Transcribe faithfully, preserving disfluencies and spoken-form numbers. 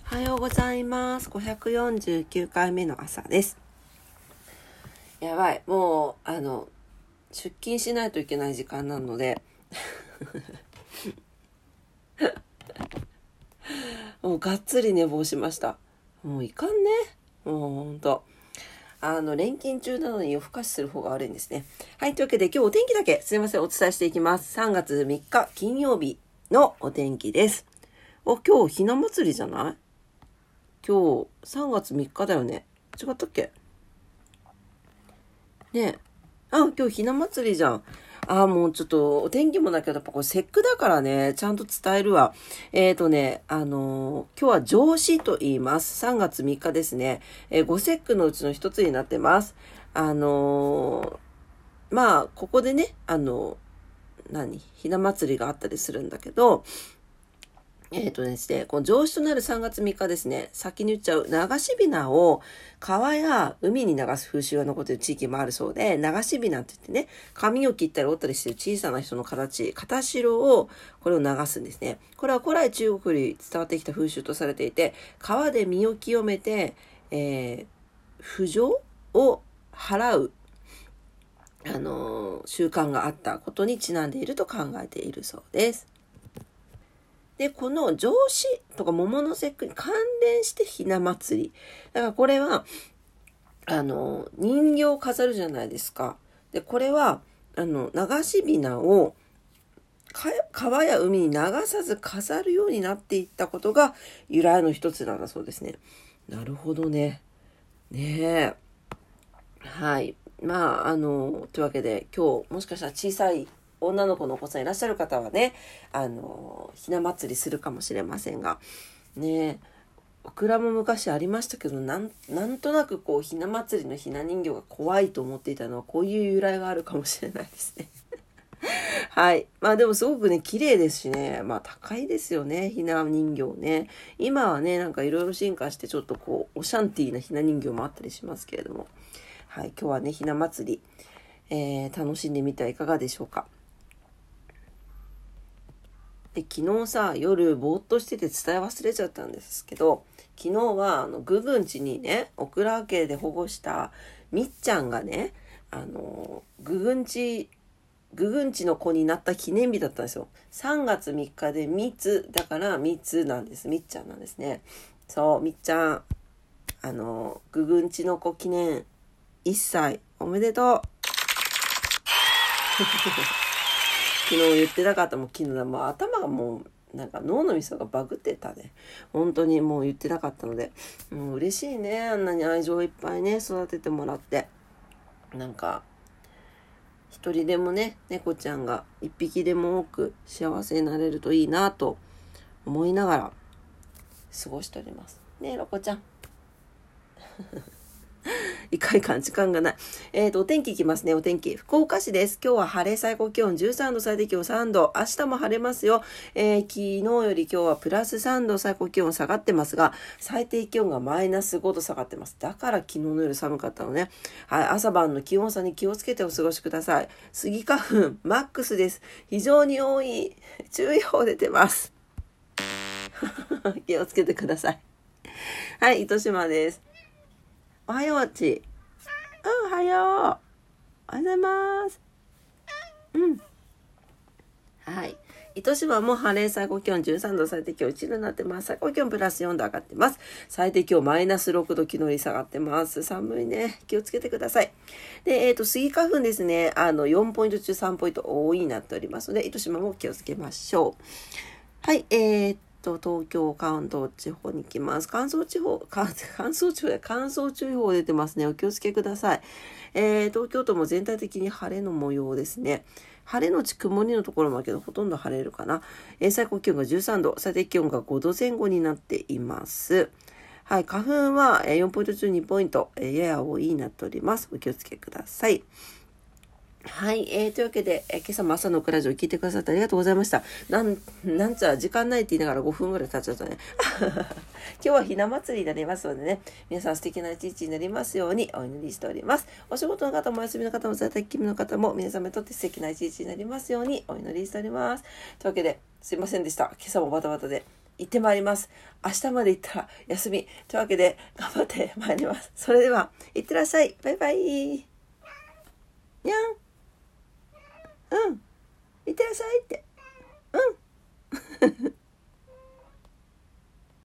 おはようございます。ごひゃくよんじゅうきゅうかいめの朝です。やばい。もう、あの、出勤しないといけない時間なので、もうがっつり寝坊しました。もういかんね。もうほんと。あの、連勤中なのに夜更かしする方が悪いんですね。はい。というわけで今日お天気だけすいません。お伝えしていきます。さんがつみっか金曜日のお天気です。お、今日ひな祭りじゃない？今日さんがつみっかだよね。違ったっけ？ねえ。あ、今日ひな祭りじゃん。あ、もうちょっとお天気もだけど、やっぱこれ節句だからね、ちゃんと伝えるわ。えーとね、あのー今日は上子と言います。さんがつみっかですね。えー、ご節句のうちの一つになってます。あのーまあ、ここでね、あのー何ひな祭りがあったりするんだけど、えっとですね、この上司となるさんがつみっかですね、先に言っちゃう、流しびなを川や海に流す風習が残っている地域もあるそうで、流しびなって言ってね、髪を切ったり折ったりしている小さな人の形、片白を、これを流すんですね。これは古来中国に伝わってきた風習とされていて、川で身を清めて、えー、不浄を払う、あのー習慣があったことにちなんでいると考えているそうです。で、この上子とか桃の節句に関連してひな祭り。だからこれは、あの、人形を飾るじゃないですか。で、これは、あの、流しびなを川や海に流さず飾るようになっていったことが由来の一つなんだそうですね。なるほどね。ねえ。はい。まあ、あの、というわけで今日もしかしたら小さい女の子のお子さんいらっしゃる方はね、あの、ひな祭りするかもしれませんが、ね、オクラも昔ありましたけど、なん、なんとなくこう、ひな祭りのひな人形が怖いと思っていたのは、こういう由来があるかもしれないですね。はい。まあでもすごくね、綺麗ですしね、まあ高いですよね、ひな人形ね。今はね、なんかいろいろ進化して、ちょっとこう、オシャンティーなひな人形もあったりしますけれども、はい、今日はね、ひな祭り、えー、楽しんでみてはいかがでしょうか。で、昨日さ、夜ぼーっとしてて伝え忘れちゃったんですけど、昨日はあのググンチにね、オクラ家で保護したみっちゃんがね、あのググンチググンチの子になった記念日だったんですよ。さんがつみっかでみつだからみつなんです。みっちゃんなんですね。そう、みっちゃん、あのググンチの子記念いっさいおめでとう。昨日言ってなかったもん。昨日はもう頭がもうなんか脳のみそがバグってたね。本当にもう言ってなかったので、もう嬉しいね。あんなに愛情いっぱいね育ててもらって、なんか一人でもね猫ちゃんが一匹でも多く幸せになれるといいなと思いながら過ごしておりますねえロコちゃん。いかいかん時間がない。えっと、お天気いきますね。お天気。福岡市です。今日は晴れ、最高気温じゅうさんど、最低気温さんど。明日も晴れますよ。えー、昨日より今日はプラスさんど、最高気温下がってますが、最低気温がマイナスごど下がってます。だから昨日の夜寒かったのね。はい、朝晩の気温差に気をつけてお過ごしください。スギ花粉、マックスです。非常に多い。注意報出てます。気をつけてください。はい、糸島です。おはようち。うん、おはよう。おはようございます。うん。はい。糸島も晴れ、最高気温じゅうさんど、最低気温いちどになってます。最高気温プラスよんど上がってます。最低気温マイナスろくど、昨日より下がってます。寒いね。気をつけてください。で、えっと、スギ花粉ですね。あの、よんポイント中さんポイント多いになっておりますので、糸島も気をつけましょう。はい、えー東京関東地方に行きます。乾燥地方、乾燥地方で乾燥注意報出てますね。お気をつけください。えー、東京都も全体的に晴れの模様ですね。晴れのち曇りのところもあるけど、ほとんど晴れるかな。えー、最高気温がじゅうさんど、最低気温がごどぜん後になっています。はい、花粉はよんポイント中にポイント、やや多いになっております。お気をつけください。はい、えー、というわけで、えー、今朝も朝のクラジオ聞いてくださってありがとうございました。なん、なんつは時間ないって言いながらごふんぐらい経っちゃったね。今日はひな祭りになりますのでね、皆さん素敵な一日になりますようにお祈りしております。お仕事の方もお休みの方も在宅勤務の方も皆様にとって素敵な一日になりますようにお祈りしております。というわけで、すいませんでした。今朝もバタバタで。 行ってまいります。明日まで行ったら休み。というわけで、頑張ってまいります。それでは、いってらっしゃい。バイバイ。にゃん。うん。いってらっしゃいって。